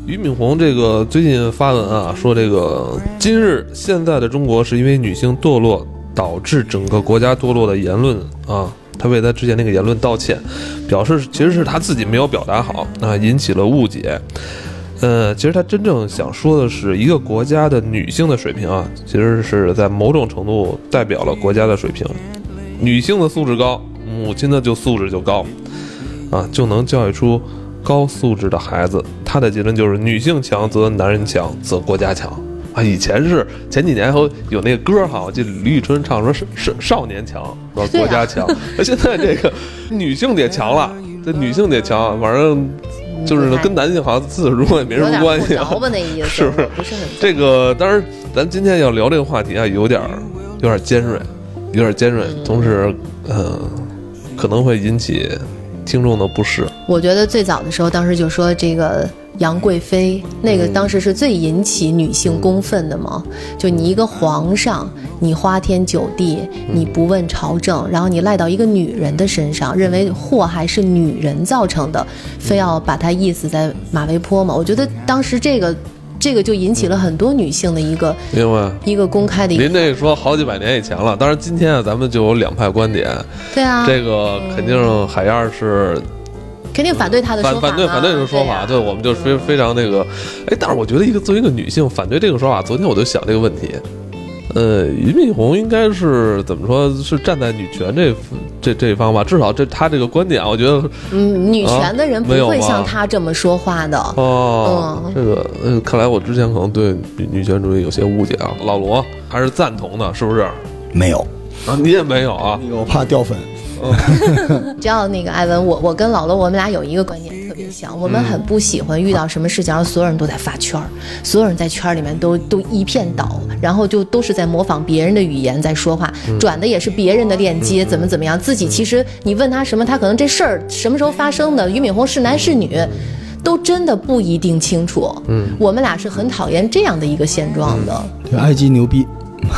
俞敏洪这个最近发文啊，说这个今日现在的中国是因为女性堕落导致整个国家堕落的言论啊，他为他之前那个言论道歉，表示其实是他自己没有表达好啊，引起了误解。其实他真正想说的是，一个国家的女性的水平啊，其实是在某种程度代表了国家的水平。女性的素质高，母亲的素质就高，啊，就能教育出高素质的孩子。他的结论就是：女性强则男人强，则国家强。啊，以前是前几年有那个歌哈，我记得李宇春唱说是少年强，说国家强。那现在这个女性也强了，这女性也强，反正。就是跟男性好像自始至终也没什么关系啊， 那意思是不是？ 不是很这个，当然，咱今天要聊这个话题啊，有点尖锐，同时，可能会引起听众的不适。 我觉得最早的时候，当时就说这个杨贵妃那个当时是最引起女性公愤的嘛，就你一个皇上，你花天酒地，你不问朝政，然后你赖到一个女人的身上，认为祸害是女人造成的，非要把她缢死在马嵬坡嘛。我觉得当时这个就引起了很多女性的一个公开的一个。 您这说好几百年以前了，当然今天啊，咱们就有两派观点。 对啊， 这个肯定海燕是。 肯定反对他的说法， 反对这个说法，对，我们就非常那个，但是我觉得作为一个女性反对这个说法，昨天我就想这个问题，俞敏洪应该是怎么说，是站在女权这一方吧，至少他这个观点，我觉得， 女权的人不会像他这么说话的。 这个看来我之前可能对女权主义有些误解啊。老罗还是赞同的，是不是？ 没有啊，你也没有啊？ 我怕掉粉。 只要那个艾文，我跟老罗我们俩有一个观点特别像，我们很不喜欢遇到什么事情，然后所有人都在发圈，所有人在圈里面都一片倒，然后就都是在模仿别人的语言在说话，转的也是别人的链接，怎么样，自己其实你问他什么，他可能这事儿什么时候发生的，俞敏洪是男是女都真的不一定清楚。我们俩是很讨厌这样的一个现状的。 对，埃及牛逼，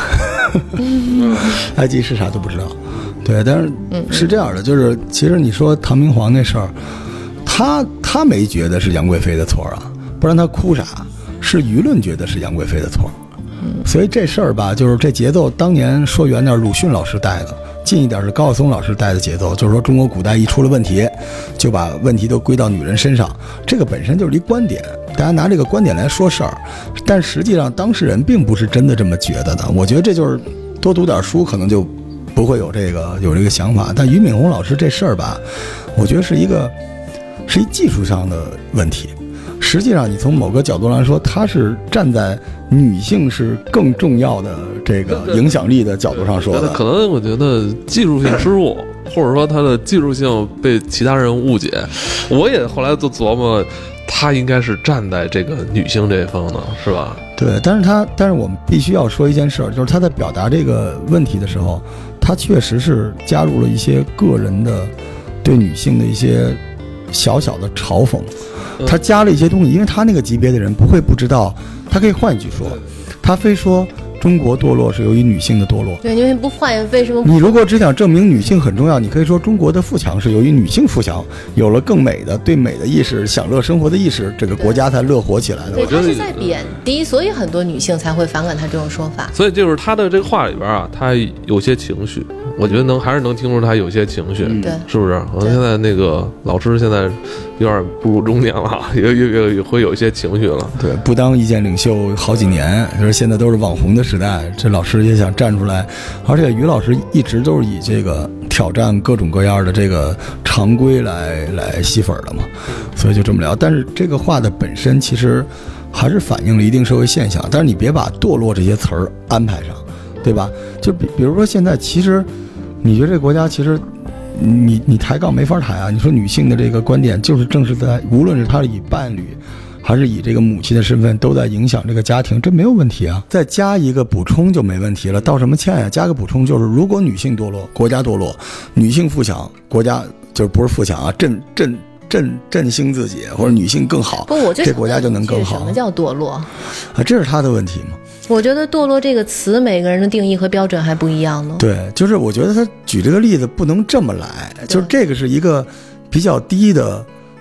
埃及是啥都不知道。对，但是是这样的，就是其实你说唐明皇那事儿，他没觉得是杨贵妃的错啊，不然他哭啥？是舆论觉得是杨贵妃的错。所以这事儿吧，就是这节奏，当年说远点，鲁迅老师带的；近一点是高晓松老师带的节奏，就是说中国古代一出了问题，就把问题都归到女人身上。这个本身就是一观点，大家拿这个观点来说事儿，但实际上当事人并不是真的这么觉得的。我觉得这就是多读点书，可能就不会有这个想法。但俞敏洪老师这事儿吧，我觉得是一技术上的问题。实际上你从某个角度来说，他是站在女性是更重要的这个影响力的角度上说的。 可能我觉得技术性失误，或者说他的技术性被其他人误解。我也后来就琢磨，他应该是站在这个女性这一方的，是吧？ 对，但是我们必须要说一件事，就是他在表达这个问题的时候，他确实是加入了一些个人的对女性的一些小小的嘲讽，他加了一些东西，因为他那个级别的人不会不知道，他可以换一句说，他非说中国堕落是由于女性的堕落。 对，因为不换为什么？ 你如果只想证明女性很重要，你可以说中国的富强是由于女性富强，有了更美的对美的意识、享乐生活的意识，这个国家才乐活起来的。 对，他是在贬低，所以很多女性才会反感他这种说法。 所以就是他的这个话里边啊，他有些情绪，我觉得还是能听出他有些情绪， 对， 是不是？可能现在那个老师现在有点步入中年了，也会有一些情绪了。 对，不当意见领袖好几年，就是现在都是网红的时代，这老师也想站出来，而且于老师一直都是以这个挑战各种各样的这个常规来吸粉的嘛，所以就这么聊。但是这个话的本身其实还是反映了一定社会现象，但是你别把堕落这些词儿安排上，对吧？就比如说现在，其实你觉得这个国家其实你抬杠没法抬啊！你说女性的这个观点，就是正是在无论是她以伴侣还是以这个母亲的身份，都在影响这个家庭，这没有问题啊。再加一个补充就没问题了，道什么歉呀？加个补充就是，如果女性堕落，国家堕落；女性富强，国家就是不是富强啊，振兴自己，或者女性更好，这国家就能更好。 什么叫堕落啊？这是他的问题吗？ 我觉得堕落这个词，每个人的定义和标准还不一样呢。 对，就是我觉得他举这个例子不能这么来，就是这个是一个比较低的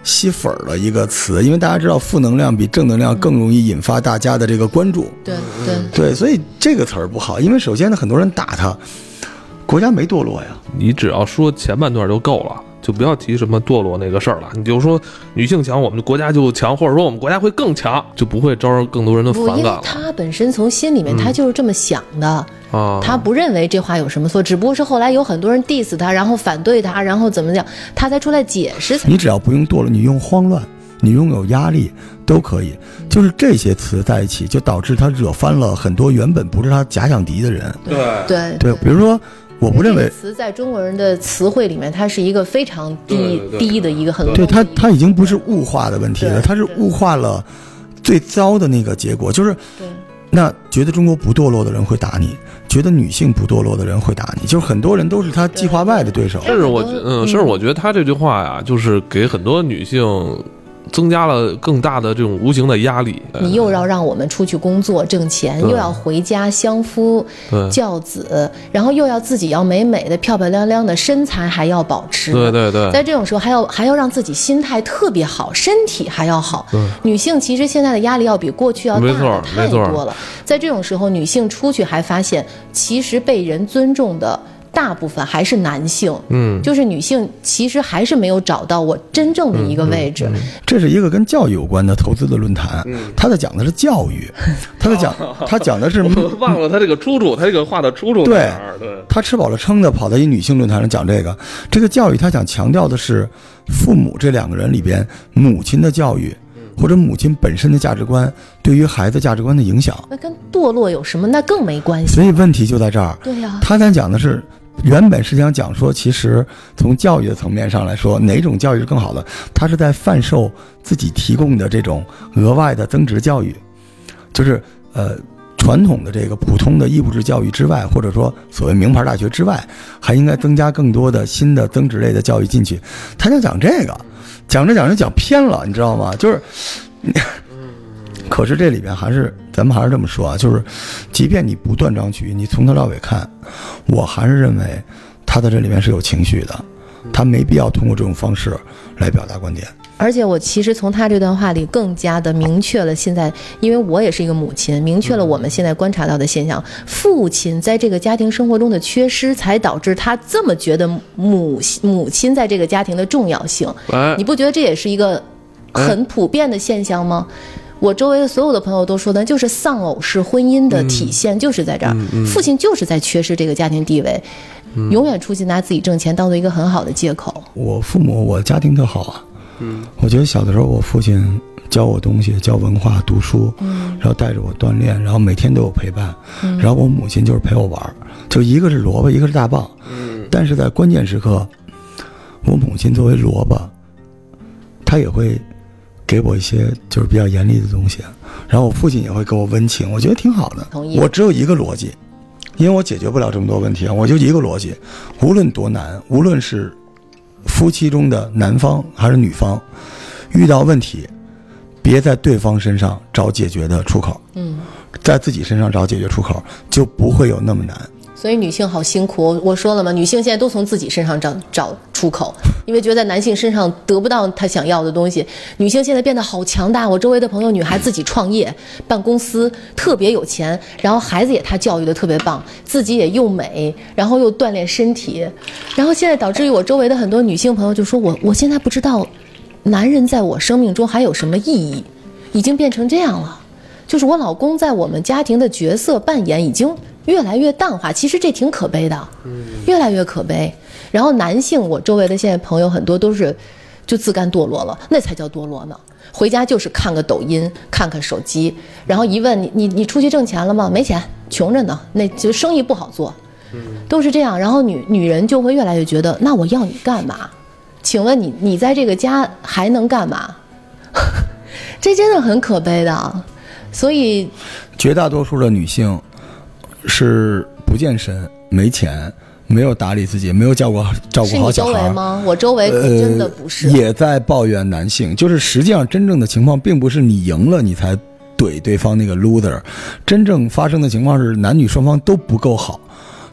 吸粉的一个词，因为大家知道负能量比正能量更容易引发大家的这个关注。对，所以这个词儿不好，因为首先呢，很多人打他，国家没堕落呀。 你只要说前半段就够了，就不要提什么堕落那个事儿了。你就说女性强，我们的国家就强，或者说我们国家会更强，就不会招人更多人的反感了。 因为他本身从心里面他就是这么想的。他不认为这话有什么错，只不过是后来有很多人 diss 他，然后反对他，然后怎么讲，他才出来解释。 你只要不用堕落，你用慌乱，你用有压力都可以，就是这些词在一起，就导致他惹翻了很多原本不是他假想敌的人。对，比如说。我不认为词在中国人的词汇里面，它是一个非常低的一个很对它已经不是物化的问题了，它是物化了最糟的那个结果，就是那觉得中国不堕落的人会打你，觉得女性不堕落的人会打你，就是很多人都是他计划外的对手。 甚至我觉得他这句话呀，就是给很多女性增加了更大的这种无形的压力。 你又要让我们出去工作挣钱，又要回家相夫教子，然后又要自己要美美的漂漂亮亮的身材还要保持。 对， 在这种时候还要让自己心态特别好，身体还要好。女性其实现在的压力要比过去要大的太多了。在这种时候，女性出去还发现，其实被人尊重的大部分还是男性，就是女性其实还是没有找到我真正的一个位置。 这是一个跟教育有关的投资的论坛，他在讲的是教育，他讲的是忘了他这个出处，他这个话的出处在哪儿？对， 他吃饱了撑的跑到一女性论坛上讲这个教育，他想强调的是父母这两个人里边母亲的教育。或者母亲本身的价值观对于孩子价值观的影响， 那跟堕落有什么？那更没关系。 所以问题就在这儿。 对呀， 他想讲的是，原本是想讲说，其实从教育的层面上来说，哪种教育是更好的？他是在贩售自己提供的这种额外的增值教育，就是传统的这个普通的义务制教育之外，或者说所谓名牌大学之外，还应该增加更多的新的增值类的教育进去。他想讲这个。讲着讲偏了，你知道吗？就是，可是这里边咱们还是这么说啊，就是，即便你不断章取义，你从头到尾看，我还是认为他在这里面是有情绪的，他没必要通过这种方式来表达观点。 而且我其实从他这段话里更加的明确了现在，因为我也是一个母亲，明确了我们现在观察到的现象，父亲在这个家庭生活中的缺失，才导致他这么觉得母亲在这个家庭的重要性。你不觉得这也是一个很普遍的现象吗？我周围的所有的朋友都说的，就是丧偶式婚姻的体现就是在这儿，父亲就是在缺失这个家庭地位，永远出去拿自己挣钱当做一个很好的借口。 我父母，我家庭特好啊。我觉得小的时候我父亲教我东西，教文化读书，然后带着我锻炼，然后每天都有陪伴，然后我母亲就是陪我玩，就一个是萝卜一个是大棒，但是在关键时刻，我母亲作为萝卜，她也会给我一些就是比较严厉的东西，然后我父亲也会给我温情，我觉得挺好的。我只有一个逻辑，因为我解决不了这么多问题啊，我就一个逻辑，无论多难，无论是夫妻中的男方还是女方，遇到问题别在对方身上找解决的出口，在自己身上找解决出口，就不会有那么难。 所以女性好辛苦，我说了嘛，女性现在都从自己身上找出口，因为觉得在男性身上得不到她想要的东西。女性现在变得好强大，我周围的朋友女孩自己创业办公司，特别有钱，然后孩子也她教育的特别棒，自己也又美，然后又锻炼身体，然后现在导致于我周围的很多女性朋友就说我现在不知道男人在我生命中还有什么意义，已经变成这样了，就是我老公在我们家庭的角色扮演已经越来越淡化，其实这挺可悲的，越来越可悲。然后男性，我周围的现在朋友很多都是就自甘堕落了，那才叫堕落呢。回家就是看个抖音，看看手机，然后一问你出去挣钱了吗？没钱，穷着呢，那就生意不好做，都是这样。然后女人就会越来越觉得，那我要你干嘛？请问你在这个家还能干嘛？这真的很可悲的。所以绝大多数的女性是不健身、没钱、没有打理自己、没有照顾好小孩。是你周围吗？我周围真的不是， 也在抱怨男性。就是实际上真正的情况并不是你赢了你才怼对方那个 loser， 真正发生的情况是男女双方都不够好。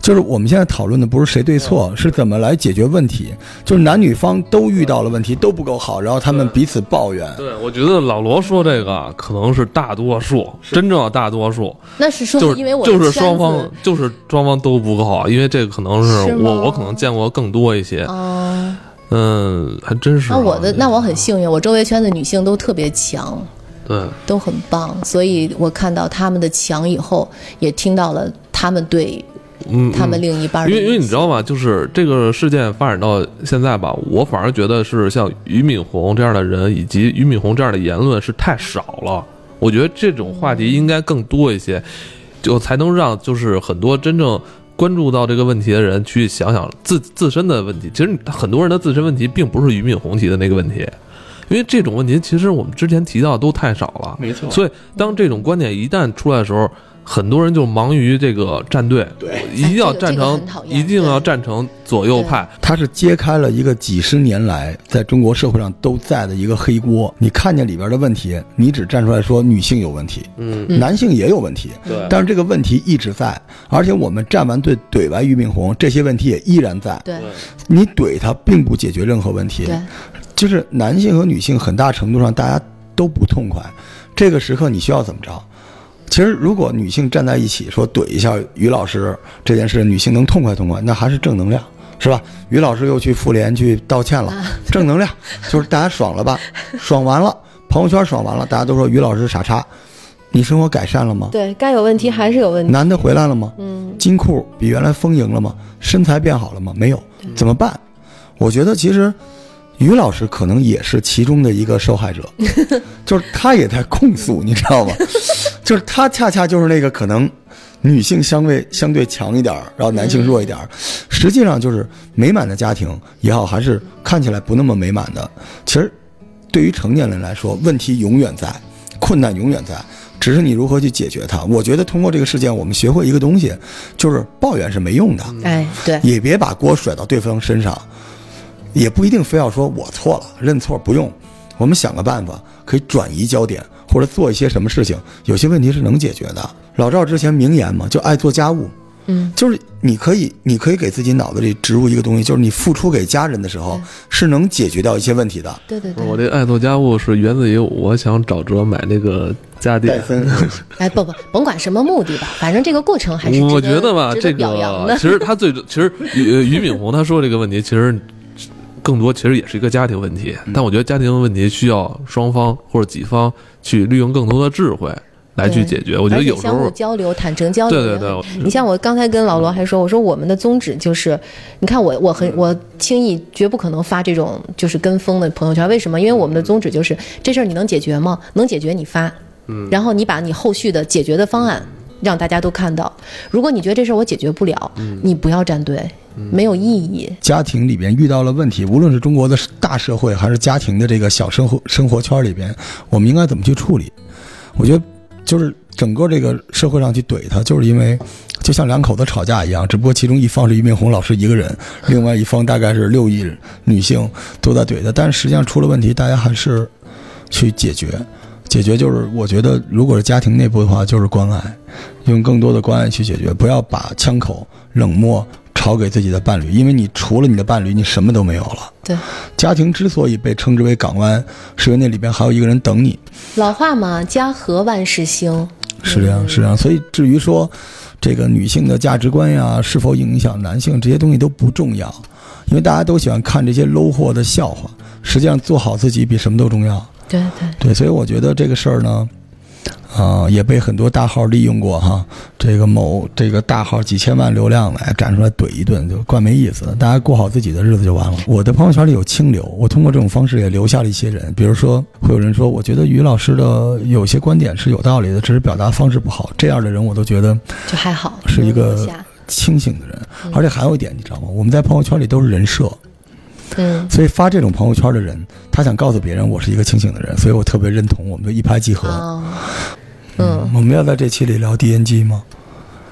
就是我们现在讨论的不是谁对错，是怎么来解决问题。就是男女方都遇到了问题，都不够好，然后他们彼此抱怨。 对，我觉得老罗说这个可能是大多数，真正的大多数。 那是说因为我就是双方都不够好，因为这个可能是我可能见过更多一些。还真是。 那我很幸运，我周围圈的女性都特别强。 对， 都很棒，所以我看到他们的强以后，也听到了他们对他们另一半的因为你知道吗？就是这个事件发展到现在吧，我反而觉得是像俞敏洪这样的人以及俞敏洪这样的言论是太少了。我觉得这种话题应该更多一些，就才能让就是很多真正关注到这个问题的人去想想自身的问题。其实很多人的自身问题并不是俞敏洪提的那个问题。因为这种问题其实我们之前提到都太少了， 没错。 所以当这种观点一旦出来的时候，很多人就忙于这个站队， 对， 一定要站成，一定要站成左右派。 它是揭开了一个几十年来在中国社会上都在的一个黑锅。你看见里边的问题，你只站出来说女性有问题，男性也有问题， 对， 但是这个问题一直在，而且我们站完队怼完俞敏洪，这些问题也依然在。 对， 你怼他并不解决任何问题。 对。 就是男性和女性很大程度上大家都不痛快，这个时刻你需要怎么着？其实如果女性站在一起说怼一下俞老师这件事，女性能痛快痛快，那还是正能量，是吧？俞老师又去妇联去道歉了，正能量，就是大家爽了吧？爽完了，朋友圈爽完了，大家都说俞老师傻叉，你生活改善了吗？ 对，该有问题还是有问题。 男的回来了吗？金库比原来丰盈了吗？身材变好了吗？没有，怎么办？我觉得其实俞老师可能也是其中的一个受害者，就是他也在控诉，你知道吗？就是他恰恰就是那个可能女性相对强一点，然后男性弱一点，实际上就是美满的家庭也好，还是看起来不那么美满的。其实对于成年人来说，问题永远在，困难永远在，只是你如何去解决它。我觉得通过这个事件，我们学会一个东西，就是抱怨是没用的， 对， 也别把锅甩到对方身上。也不一定非要说我错了，认错不用，我们想个办法可以转移焦点，或者做一些什么事情，有些问题是能解决的。老赵之前名言嘛，就爱做家务，就是你可以给自己脑子里植入一个东西，就是你付出给家人的时候是能解决掉一些问题的。 对， 我这爱做家务是源自于我想找辙买那个家电。 不，甭管什么目的吧，反正这个过程还是我觉得吧，这表扬的。 其实俞敏洪他说这个问题，其实更多其实也是一个家庭问题，但我觉得家庭问题需要双方或者几方去利用更多的智慧来去解决。我觉得有时候相互交流、坦诚交流。 对， 你像我刚才跟老罗还说，我说我们的宗旨就是，你看我轻易绝不可能发这种就是跟风的朋友圈，为什么？因为我们的宗旨就是这事儿你能解决吗？能解决你发，然后你把你后续的解决的方案让大家都看到。如果你觉得这事儿我解决不了，你不要站队。没有意义。 家庭里边遇到了问题，无论是中国的大社会还是家庭的这个小生活圈里边，我们应该怎么去处理？我觉得就是整个这个社会上去怼他，就是因为就像两口子吵架一样，只不过其中一方是俞敏洪老师一个人，另外一方大概是6亿女性都在怼他，但是实际上出了问题，大家还是去解决。就是我觉得如果是家庭内部的话，就是关爱，用更多的关爱去解决，不要把枪口冷漠朝给自己的伴侣，因为你除了你的伴侣，你什么都没有了。 对， 家庭之所以被称之为港湾，是因为那里边还有一个人等你。 老话嘛，家和万事兴。 是这样。所以至于说这个女性的价值观呀，是否影响男性，这些东西都不重要，因为大家都喜欢看这些 low 货的笑话，实际上做好自己比什么都重要。对，所以我觉得这个事儿呢，也被很多大号利用过哈。这个大号几千万流量来站出来怼一顿，就怪没意思的。大家过好自己的日子就完了。我的朋友圈里有清流，我通过这种方式也留下了一些人。比如说，会有人说，我觉得俞老师的有些观点是有道理的，只是表达方式不好。这样的人，我都觉得就还好， 是一个清醒的人。而且还有一点，你知道吗？我们在朋友圈里都是人设。所以发这种朋友圈的人，他想告诉别人我是一个清醒的人，所以我特别认同，我们就一拍即合。我们要在这期里聊 DNG 吗？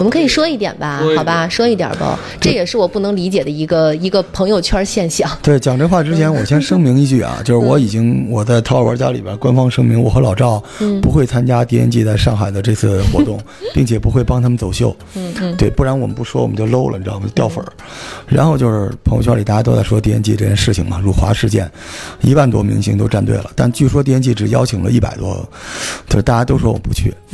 我们可以说一点吧，好吧，说一点吧，这也是我不能理解的一个朋友圈现象。 对，讲这话之前，我先声明一句啊，就是我在淘宝玩家里边官方声明，我和老赵不会参加 DNG 在上海的这次活动，并且不会帮他们走秀。对，不然我们不说我们就 low 了，你知道吗？掉粉儿。然后就是朋友圈里大家都在说 DNG 这件事情嘛，辱华事件，1万多明星都站队了，但据说 DNG 只邀请了100多个，就是大家都说我不去。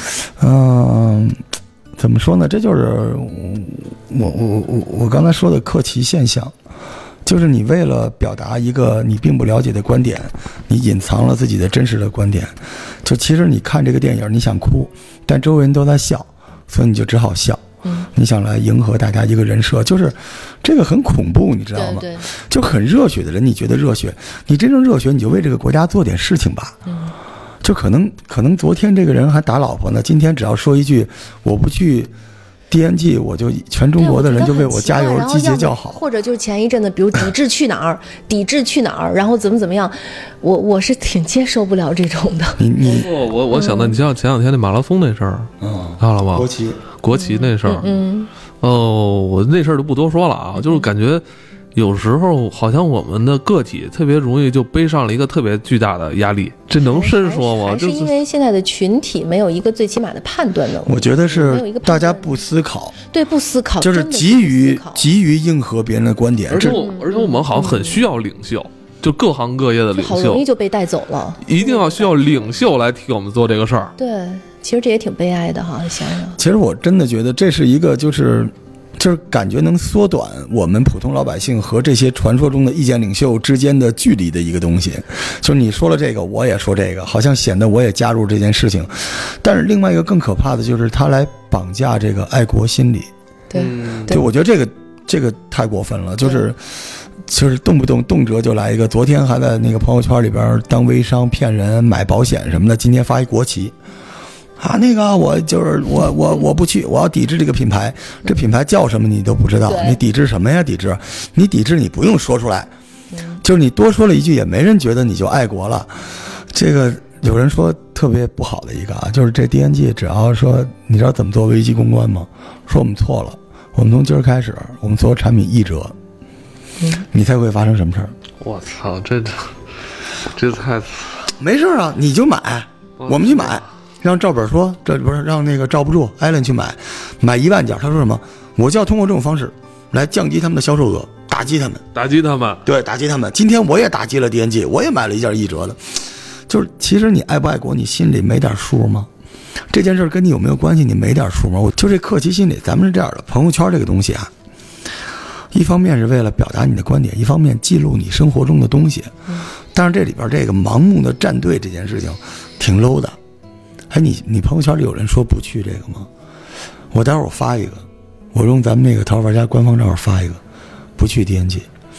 怎么说呢？这就是我刚才说的客奇现象，就是你为了表达一个你并不了解的观点，你隐藏了自己的真实的观点。就其实你看这个电影，你想哭，但周围人都在笑，所以你就只好笑。你想来迎合大家一个人设，就是这个很恐怖，你知道吗？ 对， 就很热血的人，你觉得热血，你真正热血，你就为这个国家做点事情吧。就可能昨天这个人还打老婆呢，今天只要说一句我不去 DNG， 我就全中国的人就为我加油集结叫好。 或者就是前一阵子比如抵制去哪儿抵制去哪儿，然后怎么样，我是挺接受不了这种的。 我想到你像前两天那马拉松那事儿，看了吗？国旗那事儿，我那事儿就不多说了啊，就是感觉有时候好像我们的个体特别容易就背上了一个特别巨大的压力，这能深说吗？ 还是因为现在的群体没有一个最起码的判断能力。 我觉得是大家不思考， 对，不思考， 就是急于应和别人的观点。 而且我们好像很需要领袖，就各行各业的领袖， 好容易就被带走了。 一定要需要领袖来替我们做这个事儿。 对，其实这也挺悲哀的哈，想想。 其实我真的觉得这是一个就是感觉能缩短我们普通老百姓和这些传说中的意见领袖之间的距离的一个东西。就是你说了这个，我也说这个，好像显得我也加入这件事情。但是另外一个更可怕的就是他来绑架这个爱国心理。对，我觉得这个太过分了，就是动不动辄就来一个，昨天还在那个朋友圈里边当微商骗人买保险什么的，今天发一国旗。那个我不去，我要抵制这个品牌，这品牌叫什么你都不知道，你抵制什么呀？你抵制你不用说出来，就是你多说了一句也没人觉得你就爱国了。这个有人说特别不好的一个就是这 DNG 只要说你知道怎么做危机公关吗？说我们错了，我们从今儿开始我们所有产品1折，你猜会发生什么事儿？ 我操，这太没事啊，你就买，我们去买。让赵本说，这不是让那个赵不住艾伦去买1万件，他说什么？我就要通过这种方式来降低他们的销售额，打击他们。对，打击他们。今天我也打击了 DNG， 我也买了一件1折的。就是其实你爱不爱国，你心里没点数吗？这件事跟你有没有关系，你没点数吗？就这客气心理，咱们是这样的，朋友圈这个东西啊，一方面是为了表达你的观点，一方面记录你生活中的东西。但是这里边这个盲目的站队这件事情挺 low 的。你朋友圈里有人说不去这个吗？我待会儿发一个，我用咱们那个淘宝玩家官方账号发一个，不去 DNG。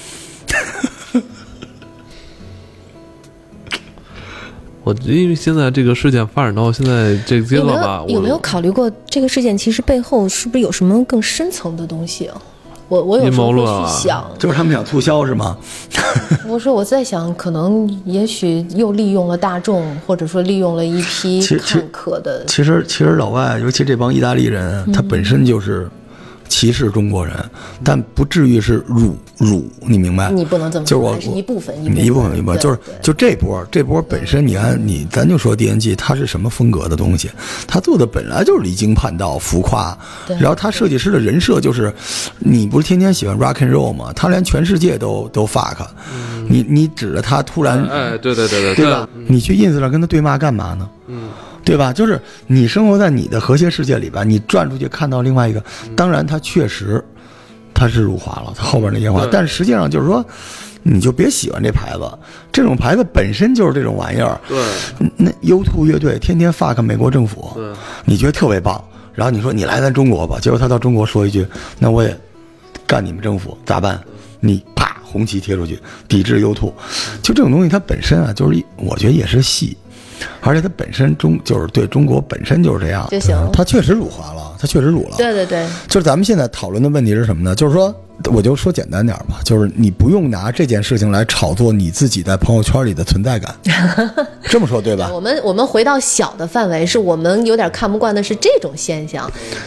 因为现在这个事件发展到现在这个阶段吧， 有没有考虑过这个事件其实背后是不是有什么更深层的东西啊？我有时候会去想， 就是他们想促销是吗？ 我在想，可能也许又利用了大众，或者说利用了一批看客的。其实老外，尤其这帮意大利人，他本身就是歧视中国人，但不至于是辱，你明白？ 你不能这么说，就是是一部分， 就这波本身，你看咱就说 DNG， 它是什么风格的东西？它做的本来就是离经叛道、浮夸，然后他设计师的人设就是，你不是天天喜欢 rock and roll 吗？他连全世界都 fuck，你指着他突然，对吧？你去 ins 上跟他对骂干嘛呢？对吧？就是你生活在你的和谐世界里边，你转出去看到另外一个，当然它确实它是辱华了，它后边那些话，但是实际上就是说，你就别喜欢这牌子，这种牌子本身就是这种玩意儿。 对， 那 U2 乐队天天 fuck 美国政府，你觉得特别棒，然后你说你来咱中国吧，结果他到中国说一句，那我也干你们政府咋办？你啪红旗贴出去，抵制 U2， 就这种东西它本身啊，就是我觉得也是戏。而且它本身就是对中国本身就是这样就行， 它确实辱华了，它确实辱了。 对， 就是咱们现在讨论的问题是什么呢？就是说，我就说简单点吧，就是你不用拿这件事情来炒作你自己在朋友圈里的存在感，这么说对吧？ 我们回到小的范围，是我们有点看不惯的是这种现象。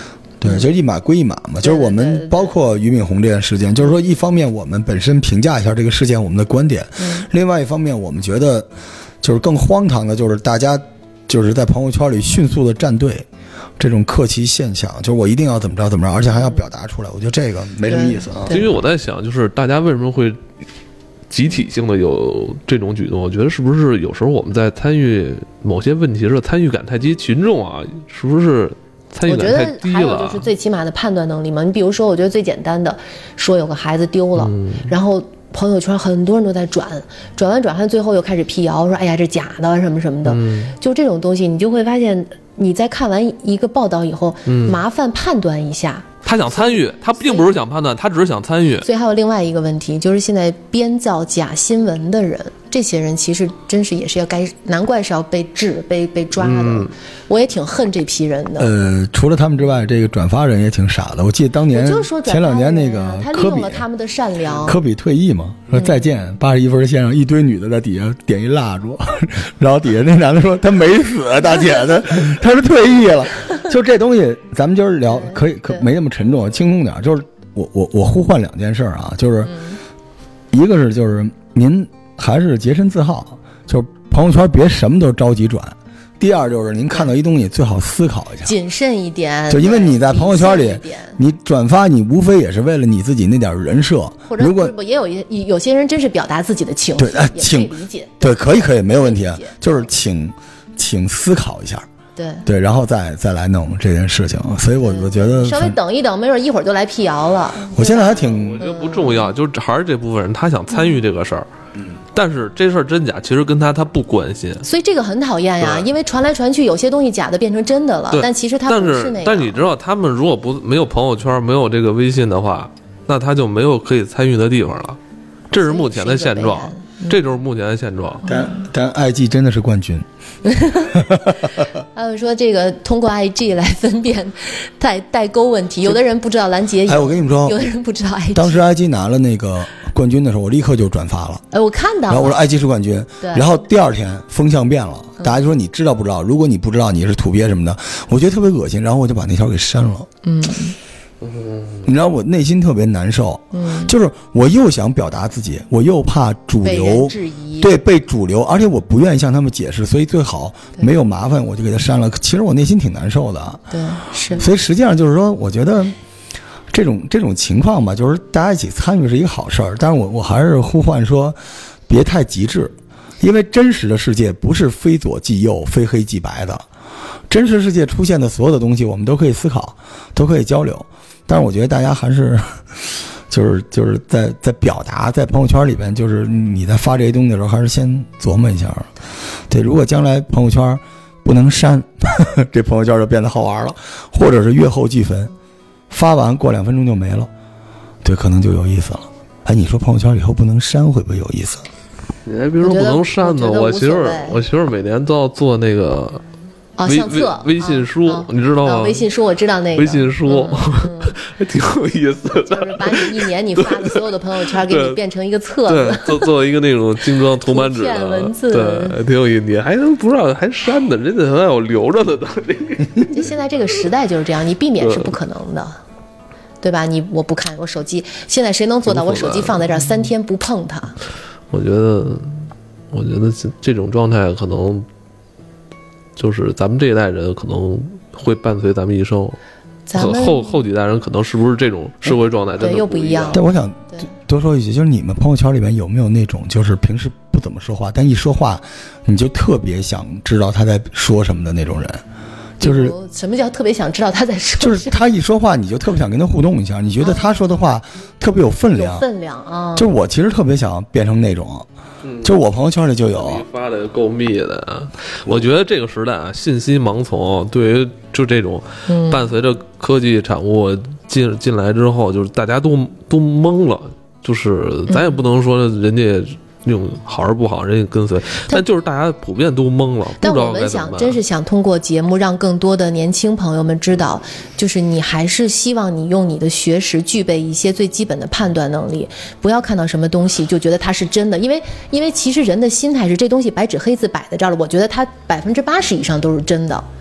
对，就一码归一码嘛。就是我们包括俞敏洪这件事件，就是说一方面我们本身评价一下这个事件我们的观点，另外一方面我们觉得就是更荒唐的就是大家就是在朋友圈里迅速的站队。这种客气现象，就是我一定要怎么着怎么着，而且还要表达出来，我觉得这个没什么意思啊。 因为我在想，就是大家为什么会集体性的有这种举动？我觉得是不是有时候我们在参与某些问题时，参与感太低，群众啊，是不是参与感太低了？我觉得还有就是最起码的判断能力嘛。你比如说，我觉得最简单的，说有个孩子丢了，然后朋友圈很多人都在转完最后又开始辟谣，说哎呀这假的什么什么的，就这种东西，你就会发现。你在看完一个报道以后，麻烦判断一下。 他想参与，他并不是想判断，他只是想参与。 所以还有另外一个问题，就是现在编造假新闻的人，这些人其实真是也是要难怪是要被治、被抓的。我也挺恨这批人的。 除了他们之外，这个转发人也挺傻的。我记得当年前2年那个他利用了他们的善良。 科比退役嘛，说再见81分先生，一堆女的在底下点一蜡烛，然后底下那男的说他没死，大姐他是退役了。就这东西，咱们今儿聊可没那么沉重，轻松点。就是我呼唤2件事啊，就是一个是就是您还是洁身自好，就是朋友圈别什么都着急转。第二就是您看到一东西最好思考一下， 谨慎一点。 就因为你在朋友圈里，你转发你无非也是为了你自己那点人设， 或者如果也有些人真是表达自己的情绪， 对，请理解， 对，可以没有问题，就是请思考一下。对，然后再来弄这件事情，所以我觉得稍微等一等，没准一会儿就来辟谣了。 我现在还挺， 我觉得不重要，就是还是这部分人他想参与这个事儿，但是这事儿真假其实跟他不关心， 所以这个很讨厌呀，因为传来传去，有些东西假的变成真的了，但其实他不是那个。 但你知道，他们如果没有朋友圈，没有这个微信的话，那他就没有可以参与的地方了，这是目前的现状。这就是目前的现状， 但 IG 真的是冠军。 还有说这个通过 IG 来分辨代沟问题，有的人不知道拦截， 我跟你们说， 有的人不知道 IG。 当时 IG 拿了那个冠军的时候，我立刻就转发了。 我看到了， 然后我说 IG 是冠军，然后第2天风向变了，大家就说你知道不知道？如果你不知道，你是土鳖什么的，我觉得特别恶心，然后我就把那条给删了。你知道我内心特别难受，就是我又想表达自己，我又怕主流被主流，而且我不愿意向他们解释，所以最好没有麻烦我就给他删了。其实我内心挺难受的， 对，是。 所以实际上就是说，我觉得这种情况吧，就是大家一起参与是一个好事儿，但是我还是呼唤说，别太极致，因为真实的世界不是非左即右、非黑即白的，真实世界出现的所有的东西，我们都可以思考，都可以交流。但是我觉得大家还是就是在表达，在朋友圈里边，就是你在发这些东西的时候，还是先琢磨一下。对，如果将来朋友圈不能删，这朋友圈就变得好玩了，或者是月后祭坟，发完过2分钟就没了，对，可能就有意思了。哎，你说朋友圈以后不能删会不会有意思？ 你还别说不能删呢，我媳妇儿每年都要做那个相册微信书，你知道吗？ 微信书我知道那个微信书，还挺有意思的。 就是把你1年你发的所有的朋友圈给你变成一个册子， 对，做一个那种精装铜版纸的文字， 对，挺有意思。你还能不知道还删的，人家还有留着的呢。 就现在这个时代就是这样，你避免是不可能的，对吧？我不看我手机，现在谁能做到我手机放在这儿3天不碰它？ 我觉得这种状态可能。就是咱们这一代人可能会伴随咱们一生，后几代人可能是不是这种社会状态真的又不一样。 但我想多说一句，就是你们朋友圈里面有没有那种就是平时不怎么说话，但一说话你就特别想知道他在说什么的那种人？就是什么叫特别想知道他在说什么？ 就是他一说话你就特别想跟他互动一下，你觉得他说的话特别有分量， 有分量啊。 就是我其实特别想变成那种。就我朋友圈里就有， 发的够密的。我觉得这个时代啊，信息盲从，对于就这种伴随着科技产物进来之后，就是大家都懵了，就是咱也不能说人家用好而不好，人家跟随，但就是大家普遍都懵了。 但我们真是想通过节目让更多的年轻朋友们知道，就是你还是希望你用你的学识具备一些最基本的判断能力，不要看到什么东西就觉得它是真的，因为其实人的心态是这东西白纸黑字摆在这儿了，我觉得它80%以上都是真的。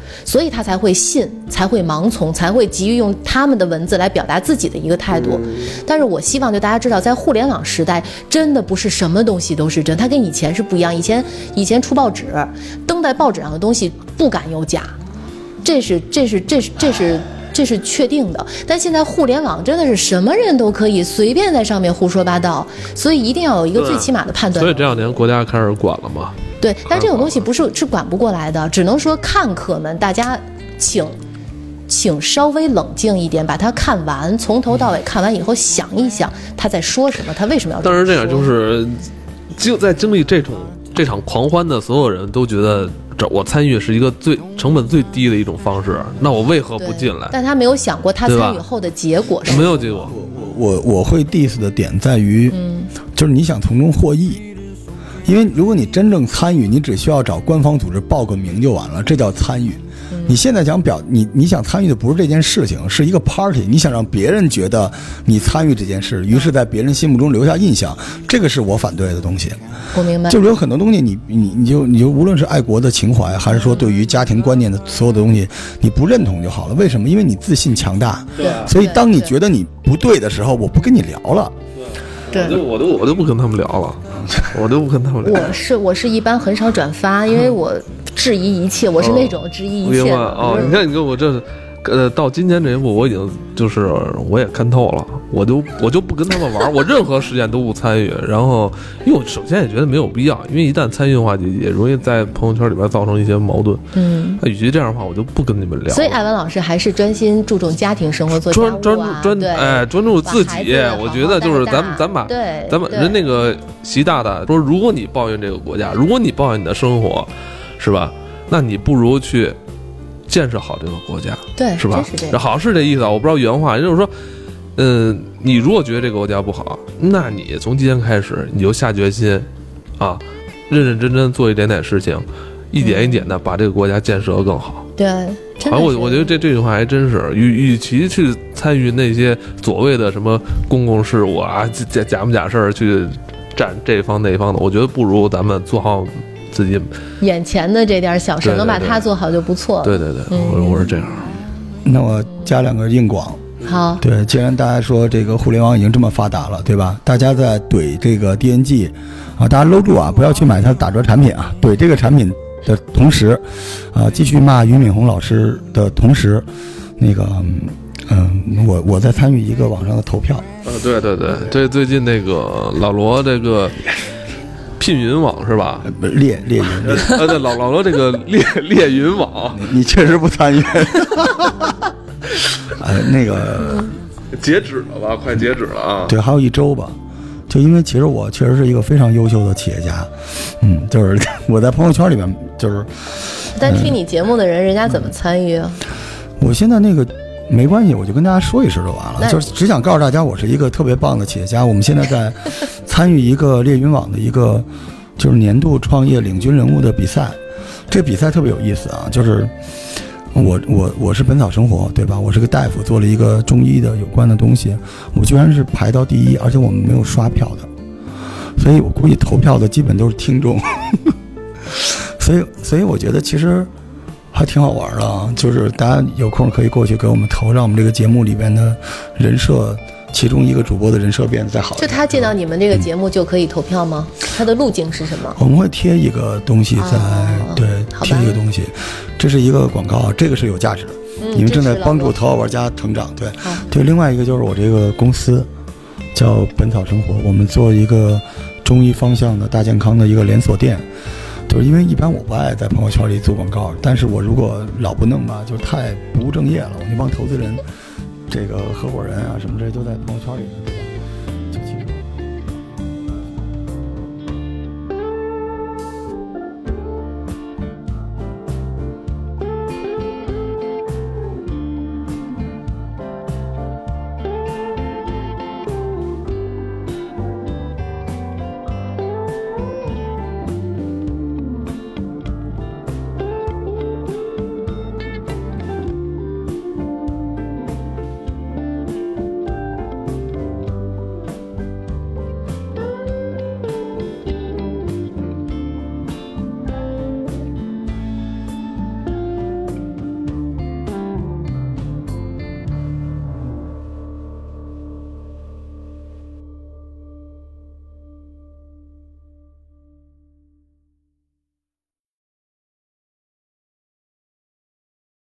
所以他才会信，才会盲从，才会急于用他们的文字来表达自己的一个态度。但是我希望就大家知道，在互联网时代，真的不是什么东西都是真，它跟以前是不一样。以前出报纸，登在报纸上的东西不敢有假，这是确定的。但现在互联网真的是什么人都可以随便在上面胡说八道，所以一定要有一个最起码的判断。 所以这两年国家开始管了嘛？ 对，但这种东西是管不过来的，只能说看客们大家请稍微冷静一点，把它看完，从头到尾看完以后想一想他在说什么，他为什么要这么说。 但是这样就是在经历这场狂欢的所有人都觉得我参与是一个成本最低的一种方式，那我为何不进来？ 但他没有想过他参与后的结果是没有结果。 我会 diss 的点在于，就是你想从中获益。因为如果你真正参与，你只需要找官方组织报个名就完了，这叫参与。你现在想你想参与的不是这件事情，是一个 party， 你想让别人觉得你参与这件事，于是在别人心目中留下印象，这个是我反对的东西。 我明白， 就是有很多东西你就无论是爱国的情怀，还是说对于家庭观念的所有的东西，你不认同就好了。为什么？因为你自信强大，所以当你觉得你不对的时候，我不跟你聊了。 我都不跟他们聊了，我都不跟他们聊。 我是一般很少转发，因为我质疑一切，我是那种质疑一切的。 你看你跟我这。到今天这一步，我已经就是我也看透了，我就不跟他们玩，我任何事件都不参与。然后，因为我首先也觉得没有必要，因为一旦参与的话，也容易在朋友圈里边造成一些矛盾。那与其这样的话，我就不跟你们聊。 所以艾文老师还是专心注重家庭生活，做家务专注自己。我觉得就是咱把人那个习大大说，如果你抱怨这个国家，如果你抱怨你的生活，是吧？那你不如去建设好这个国家， 对， 是吧？好是这意思啊，我不知道原话，也就是说，你如果觉得这个国家不好，那你从今天开始你就下决心，啊，认认真真做一点点事情，一点一点的把这个国家建设得更好。 对， 我觉得这句话还真是，与其去参与那些所谓的什么公共事务啊，假不假事儿去占这方那方的，我觉得不如咱们做好自己眼前的这点小事，能把它做好就不错了。 对，我是这样。 那我加两个硬广。 好， 对，既然大家说这个互联网已经这么发达了，对吧？大家在怼这个 DNG 啊，大家搂住啊，不要去买它的打折产品啊。怼这个产品的同时，继续骂俞敏洪老师的同时，那个我在参与一个网上的投票。 对，最近那个老罗这个。聘云网是吧？ 猎云对，老罗这个猎云网， 你确实不参与。那个截止了吧？快截止了啊！ 对，还有1周吧。就因为其实我确实是一个非常优秀的企业家，就是我在朋友圈里面就是。 但听你节目的人家怎么参与啊？ 我现在那个。没关系，我就跟大家说一声就完了，就是只想告诉大家，我是一个特别棒的企业家。我们现在在参与一个猎云网的一个就是年度创业领军人物的比赛，这个比赛特别有意思啊，就是我是本草生活，对吧？我是个大夫，做了一个中医的有关的东西，我居然是排到第1，而且我们没有刷票的，所以我估计投票的基本都是听众，所以我觉得其实。还挺好玩的啊，就是大家有空可以过去给我们投，让我们这个节目里边的人设，其中一个主播的人设变得再好一点。 就他见到你们这个节目就可以投票吗？他的路径是什么？ 我们会贴一个东西在，对，贴一个东西，这是一个广告，这个是有价值的，因为正在帮助头号玩家成长。对。另外一个就是我这个公司叫本草生活，我们做一个中医方向的大健康的一个连锁店。就是因为一般我不爱在朋友圈里做广告，但是我如果老不弄吧，就太不务正业了。我那帮投资人、这个合伙人啊什么这都在朋友圈里。